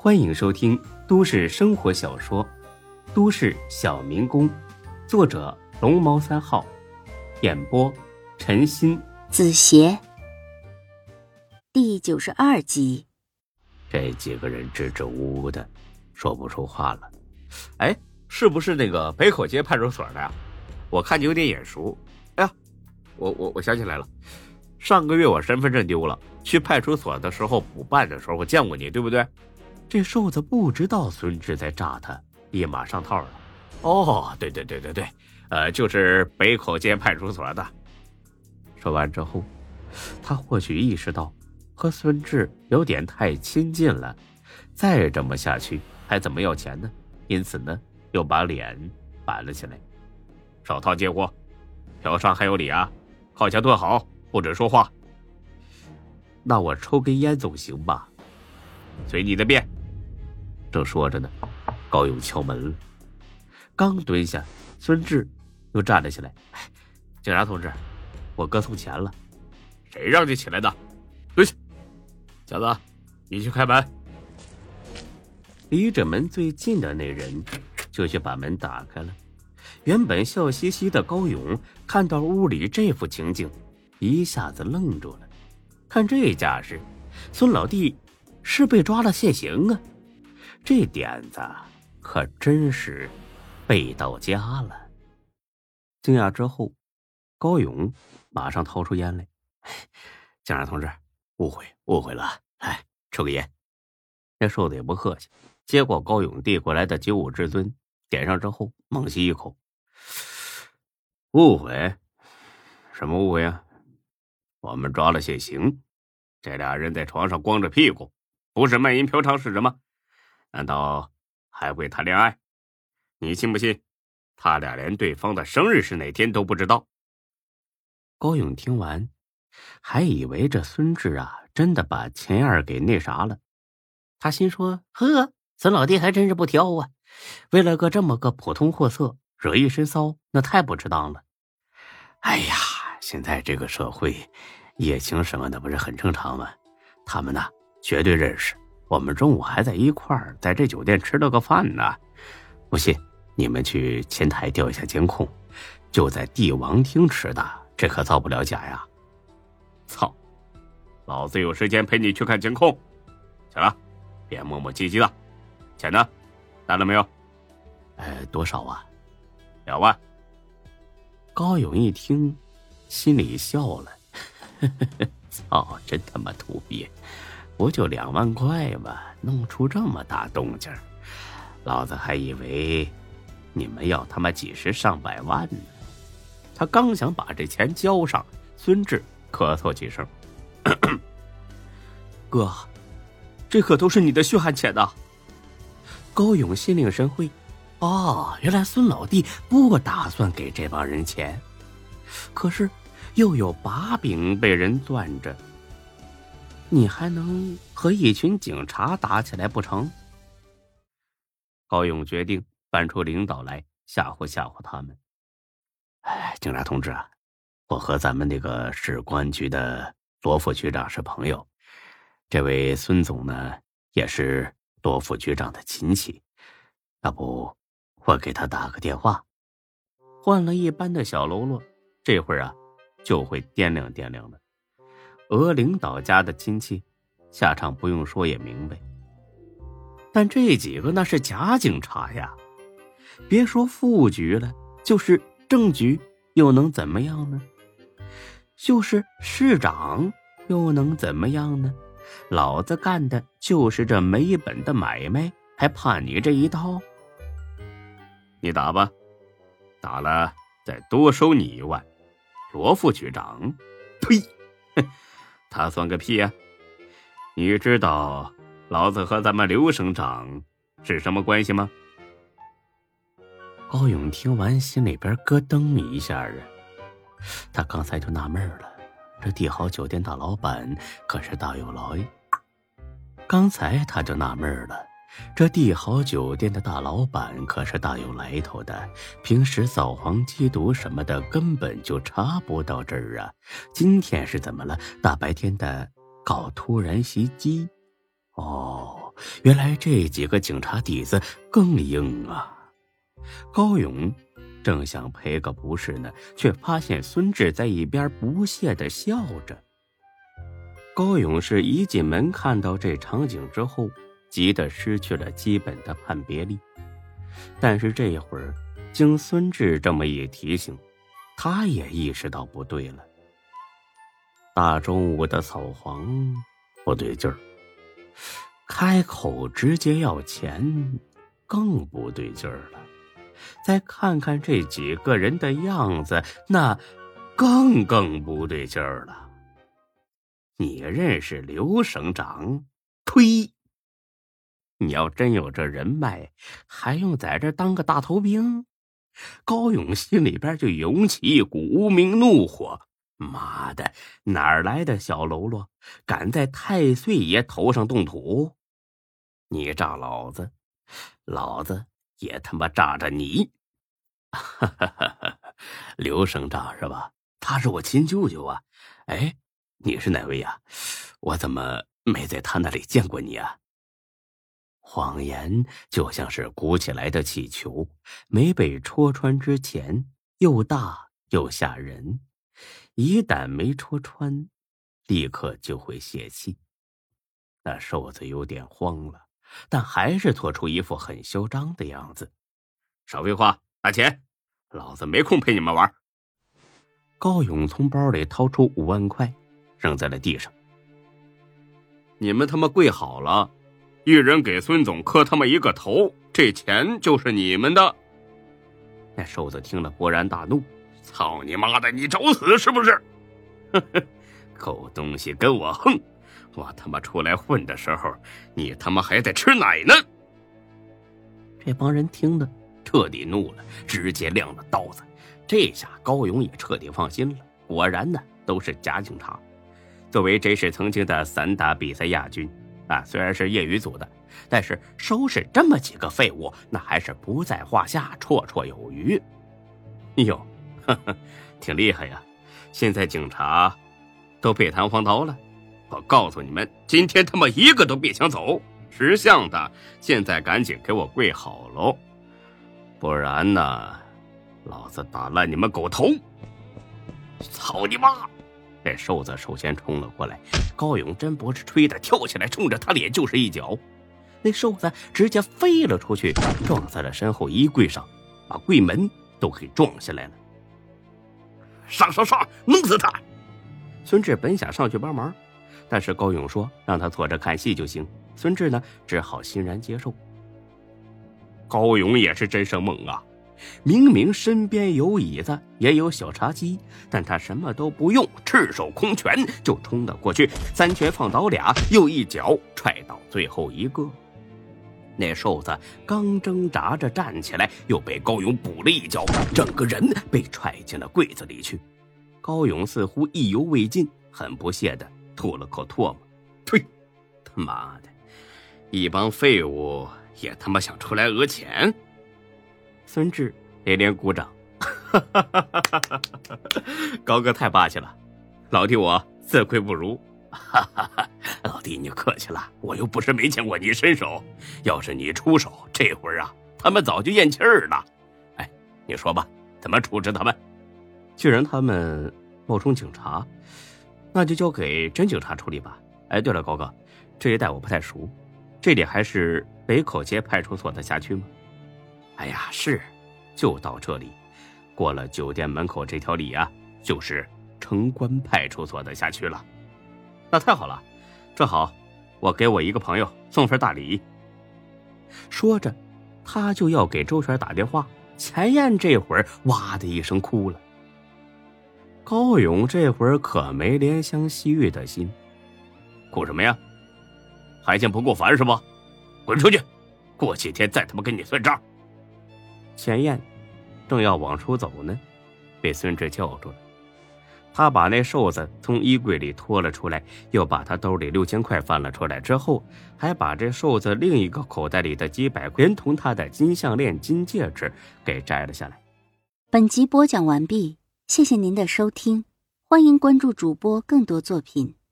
欢迎收听都市生活小说《都市小民工》，作者龙猫3号，演播陈鑫、 子邪，第92集。 这几个人支支吾吾的，说不出话了。 哎，是不是那个北口街派出所的呀？我看你有点眼熟。哎呀，我想起来了，上个月我身份证丢了，去派出所的时候补办的时候，我见过你，对不对？ 这瘦子不知道孙志在诈他，立马上套了。 哦，对，就是北口街派出所的。 说完之后，他或许意识到和孙志有点太亲近了，再这么下去还怎么要钱呢？因此呢，又把脸板了起来。 手套借过，嫖娼还有理啊？靠前蹲好，不准说话。 那我抽根烟总行吧？ 随你的便。 正说着呢，高勇敲门了。刚蹲下，孙志又站了起来。 警察同志， 我哥送钱了。 谁让你起来的？蹲下。小子，你去开门。 离着门最近的那人就去把门打开了。原本笑嘻嘻的高勇看到屋里这副情景，一下子愣住了。看这架势，孙老弟是被抓了现行啊！这点子可真是背到家了。惊讶之后，高勇马上掏出烟来。 警察同志，误会了，来抽个烟。 这瘦子也不客气，接过高勇递过来的95至尊，点上之后猛吸一口。 误会？什么误会啊？我们抓了现行，这俩人在床上光着屁股，不是卖淫嫖娼是什么？难道还会谈恋爱？你信不信他俩连对方的生日是哪天都不知道？ 高勇听完还以为这孙志啊真的把钱儿给那啥了。他心说，呵，孙老弟还真是不挑啊，为了个这么个普通货色惹一身骚，那太不值当了。哎呀，现在这个社会夜情什么的不是很正常吗？他们呢绝对认识，我们中午还在一块儿在这酒店吃了个饭呢。不信你们去前台调一下监控，就在帝王厅吃的，这可造不了假呀。 操，老子有时间陪你去看监控。行了，别磨磨唧唧的。钱呢？拿了没有？ 多少啊 ？2万。 高勇一听心里笑了。操，真他妈土鳖，不就2万块吗？弄出这么大动静，老子还以为你们要他妈几十上百万呢。他刚想把这钱交上，孙志咳嗽几声。 哥，这可都是你的血汗钱呐！ 高勇心领神会，原来孙老弟不打算给这帮人钱，可是又有把柄被人攥着，你还能和一群警察打起来不成？高勇决定搬出领导来吓唬吓唬他们。警察同志啊，我和咱们那个市公安局的罗副局长是朋友，这位孙总呢也是罗副局长的亲戚，要不我给他打个电话。换了一般的小喽啰，这会儿啊就会掂量掂量了。俄领导家的亲戚，下场不用说也明白。但这几个那是假警察呀，别说副局了，就是正局又能怎么样呢？就是市长又能怎么样呢？老子干的就是这没本的买卖，还怕你这一套？ 你打吧，打了再多收你1万。罗副局长，呸！他算个屁呀！你知道老子和咱们刘省长是什么关系吗？ 高勇听完心里边咯噔一下啊，他刚才就纳闷了，这帝豪酒店大老板可是大有来。刚才他就纳闷了，这帝豪酒店的大老板可是大有来头的，平时扫黄缉毒什么的根本就查不到这儿啊，今天是怎么了？大白天的搞突然袭击。 哦，原来这几个警察底子更硬啊！高勇正想赔个不是呢，却发现孙志在一边不屑地笑着。高勇是一进门看到这场景之后，急得失去了基本的判别力。但是这会儿经孙志这么一提醒，他也意识到不对了。大中午的扫黄不对劲儿，开口直接要钱更不对劲儿了。再看看这几个人的样子，那更不对劲儿了。你认识刘省长？呸！你要真有这人脉，还用在这当个大头兵？高勇心里边就涌起一股无名怒火。妈的，哪来的小喽啰，敢在太岁爷头上动土？你炸老子，老子也他妈炸着你！哈哈哈哈，刘省长是吧？他是我亲舅舅啊。哎，你是哪位呀？我怎么没在他那里见过你啊？谎言就像是鼓起来的气球，没被戳穿之前又大又吓人，一旦没戳穿，立刻就会泄气。那瘦子有点慌了，但还是做出一副很嚣张的样子。少废话，拿钱，老子没空陪你们玩。高勇从包里掏出5万块，扔在了地上。 你们他妈跪好了，一人给孙总磕他妈一个头，这钱就是你们的。 那瘦子听了勃然大怒， 操你妈的，你找死是不是？ 呵呵，狗东西跟我横， 我他妈出来混的时候，你他妈还在吃奶呢。 这帮人听得彻底怒了，直接亮了刀子。这下高勇也彻底放心了，果然呢，都是假警察。作为这是曾经的散打比赛亚军啊，虽然是业余组的，但是收拾这么几个废物，那还是不在话下，绰绰有余。哟，呵呵，挺厉害呀！现在警察都别弹簧刀了。 我告诉你们，今天他妈一个都别想走！识相的，现在赶紧给我跪好喽，不然呢，老子打烂你们狗头！ 操你妈！这瘦子首先冲了过来，高勇真不是吹的，跳起来冲着他脸就是一脚。那瘦子直接飞了出去，撞在了身后衣柜上，把柜门都给撞下来了。 上，弄死他！ 孙志本想上去帮忙，但是高勇说让他坐着看戏就行。孙志呢，只好欣然接受。 高勇也是真生猛啊！ 明明身边有椅子也有小茶几，但他什么都不用，赤手空拳就冲了过去，3拳放倒俩，又一脚踹倒最后一个。那瘦子刚挣扎着站起来，又被高勇补了一脚，整个人被踹进了柜子里去。高勇似乎意犹未尽，很不屑地吐了口唾沫：“ 呸！他妈的，一帮废物也他妈想出来讹钱！” 孙志连连鼓掌：“高哥太霸气了，老弟我自愧不如。”“ 哈哈哈，老弟你客气了，我又不是没见过你伸手，要是你出手，这会儿啊，他们早就咽气儿了。哎，你说吧，怎么处置他们？”“ 既然他们冒充警察，那就交给真警察处理吧。哎，对了，高哥，这一带我不太熟，这里还是北口街派出所的辖区吗？”“ 哎呀，是，就到这里，过了酒店门口这条里啊，就是城关派出所的辖区了。”“ 那太好了，正好我给我一个朋友送份大礼。”说着，他就要给周全打电话。钱燕这会儿哇的一声哭了。高勇这会儿可没怜香惜玉的心。 “哭什么呀？还嫌不够烦是吧？滚出去！过几天再他妈跟你算账。” 钱燕正要往出走呢，被孙志叫住了。他把那瘦子从衣柜里拖了出来，又把他兜里6000块翻了出来，之后还把这瘦子另一个口袋里的几百块连同他的金项链、金戒指给摘了下来。 本集播讲完毕，谢谢您的收听，欢迎关注主播更多作品。